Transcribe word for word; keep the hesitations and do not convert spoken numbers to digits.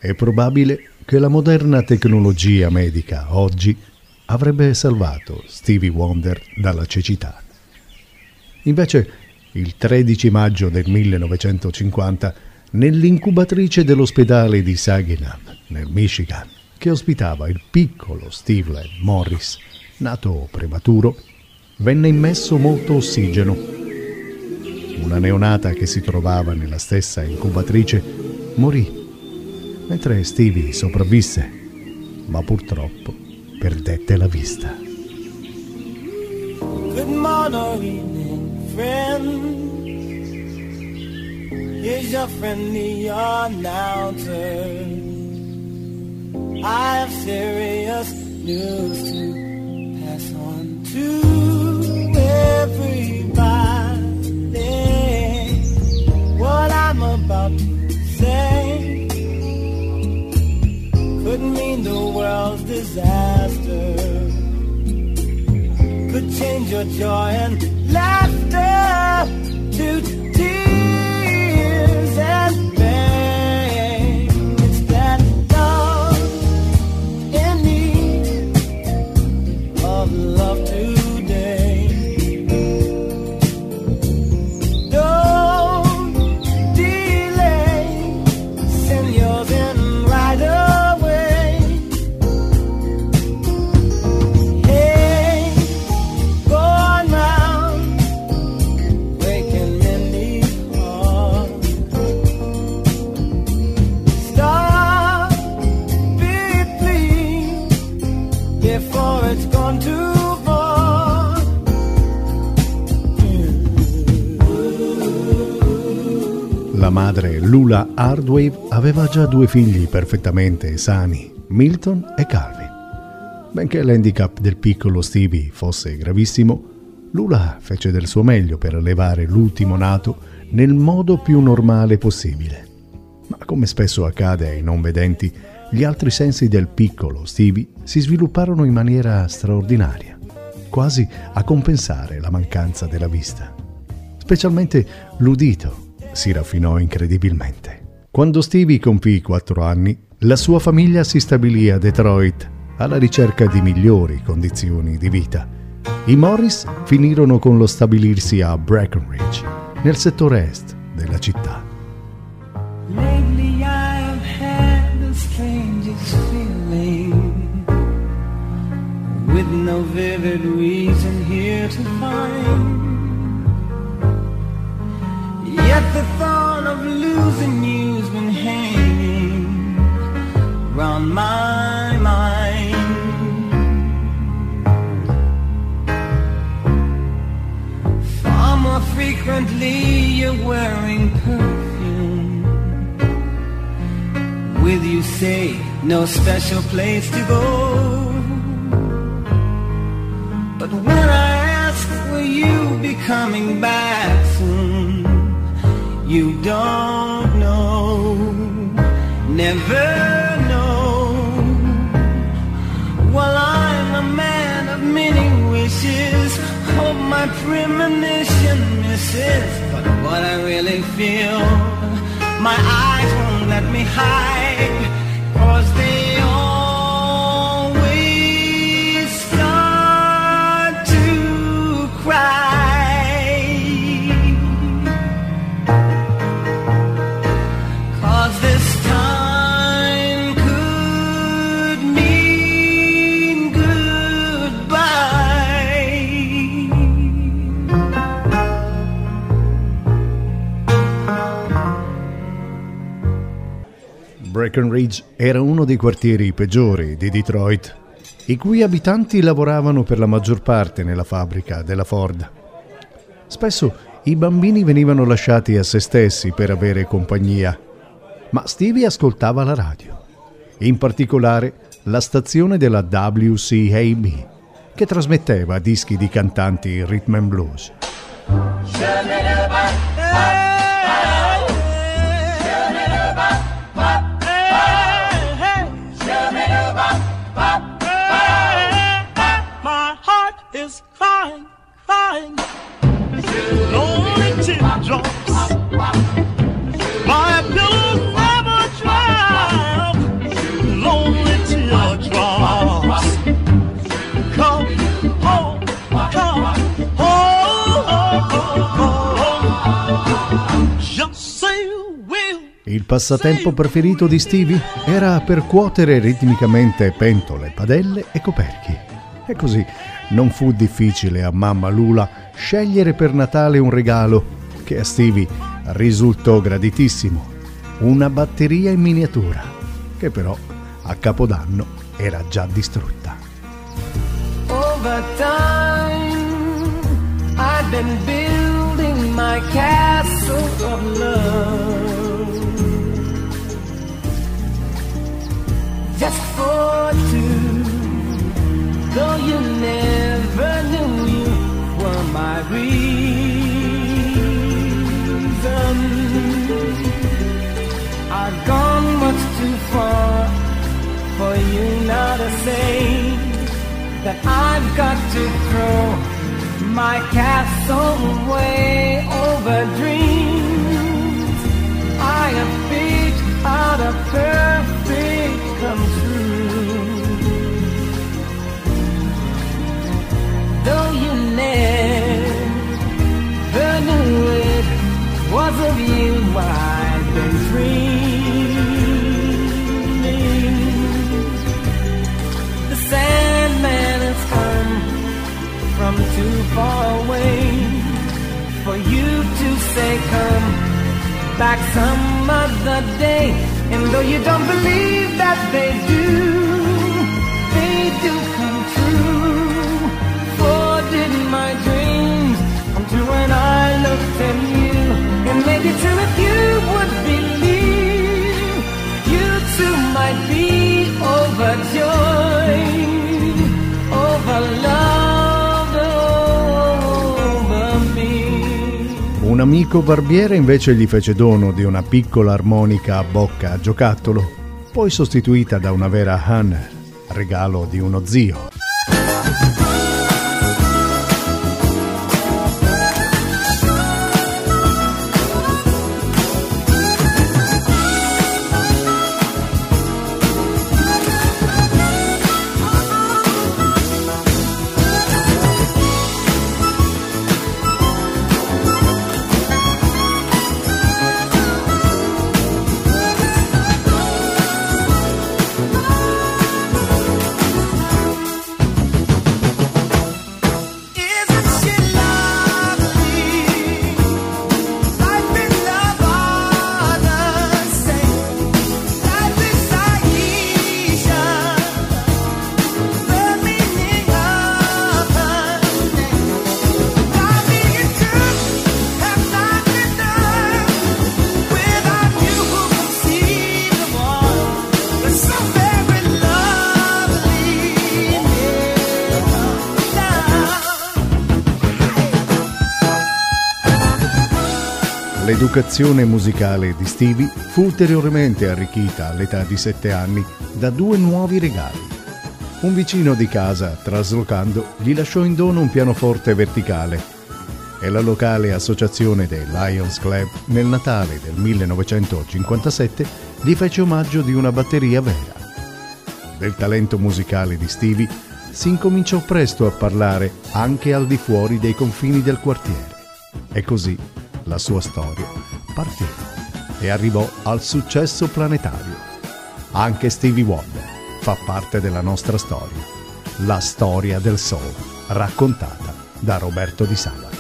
È probabile che la moderna tecnologia medica oggi avrebbe salvato Stevie Wonder dalla cecità. Invece, il tredici maggio del millenovecentocinquanta, nell'incubatrice dell'ospedale di Saginaw, nel Michigan, che ospitava il piccolo Steve Morris, nato prematuro, venne immesso molto ossigeno. Una neonata che si trovava nella stessa incubatrice morì, mentre Stevie sopravvisse, ma purtroppo perdette la vista. Good morning, friend. Here's your friendly announcer. I have serious news to pass on to everybody. What I'm about to say could mean the world's disaster, could change your joy and laughter to tears and pain. It's that love in need of love today. Don't delay, send yours in right away. Hey, go on round, waking many hearts. Stop, be pleased, before it's gone too far. La madre Lula Hardwave aveva già due figli perfettamente sani, Milton e Calvin. Benché l'handicap del piccolo Stevie fosse gravissimo, Lula fece del suo meglio per allevare l'ultimo nato nel modo più normale possibile. Ma come spesso accade ai non vedenti, gli altri sensi del piccolo Stevie si svilupparono in maniera straordinaria, quasi a compensare la mancanza della vista. Specialmente l'udito si raffinò incredibilmente. Quando Stevie compì quattro anni, la sua famiglia si stabilì a Detroit alla ricerca di migliori condizioni di vita. I Morris finirono con lo stabilirsi a Breckenridge, nel settore est della città. Lately I've had the strangest feeling, with no vivid reason here to find. Yet the thought of losing you's been hanging round my mind. Far more frequently you're wearing perfume. With you say no special place to go. But when I ask will you be coming back soon, you don't know, never know. Well, I'm a man of many wishes, hope my premonition misses. But what I really feel, my eyes won't let me hide, 'cause they always start to cry. This time could mean goodbye. Breckenridge era uno dei quartieri peggiori di Detroit, i cui abitanti lavoravano per la maggior parte nella fabbrica della Ford. Spesso i bambini venivano lasciati a se stessi per avere compagnia, ma Stevie ascoltava la radio, in particolare la stazione della W C A B, che trasmetteva dischi di cantanti rhythm and blues. My heart is crying, crying, lonely teardrops. My pillows never dry. Il passatempo preferito di Stevie era percuotere ritmicamente pentole, padelle e coperchi. E così non fu difficile a mamma Lula scegliere per Natale un regalo che a Stevie risultò graditissimo, una batteria in miniatura, che però a Capodanno era già distrutta. Over time, I've been building my castle of love, just for two, though you never knew you were my reason. I've gone much too far for you now to say that I've got to throw my castle away over dreams I have picked out of perfect come true. Though you never knew it was of you I've been dreaming. The Sandman has come from too far away for you to say come back some other day. And though you don't believe that they do, they do come true. For did my dreams come true when I looked at you? And maybe too if you would believe, you too might be overjoyed, overloved over me. Un amico barbiere invece gli fece dono di una piccola armonica a bocca a giocattolo, poi sostituita da una vera Hanner, regalo di uno zio. L'educazione musicale di Stevie fu ulteriormente arricchita all'età di sette anni da due nuovi regali. Un vicino di casa, traslocando, gli lasciò in dono un pianoforte verticale e la locale associazione dei Lions Club nel Natale del millenovecentocinquantasette gli fece omaggio di una batteria vera. Del talento musicale di Stevie si incominciò presto a parlare anche al di fuori dei confini del quartiere e così la sua storia partì e arrivò al successo planetario. Anche Stevie Wonder fa parte della nostra storia, la storia del soul, raccontata da Roberto Di Sala.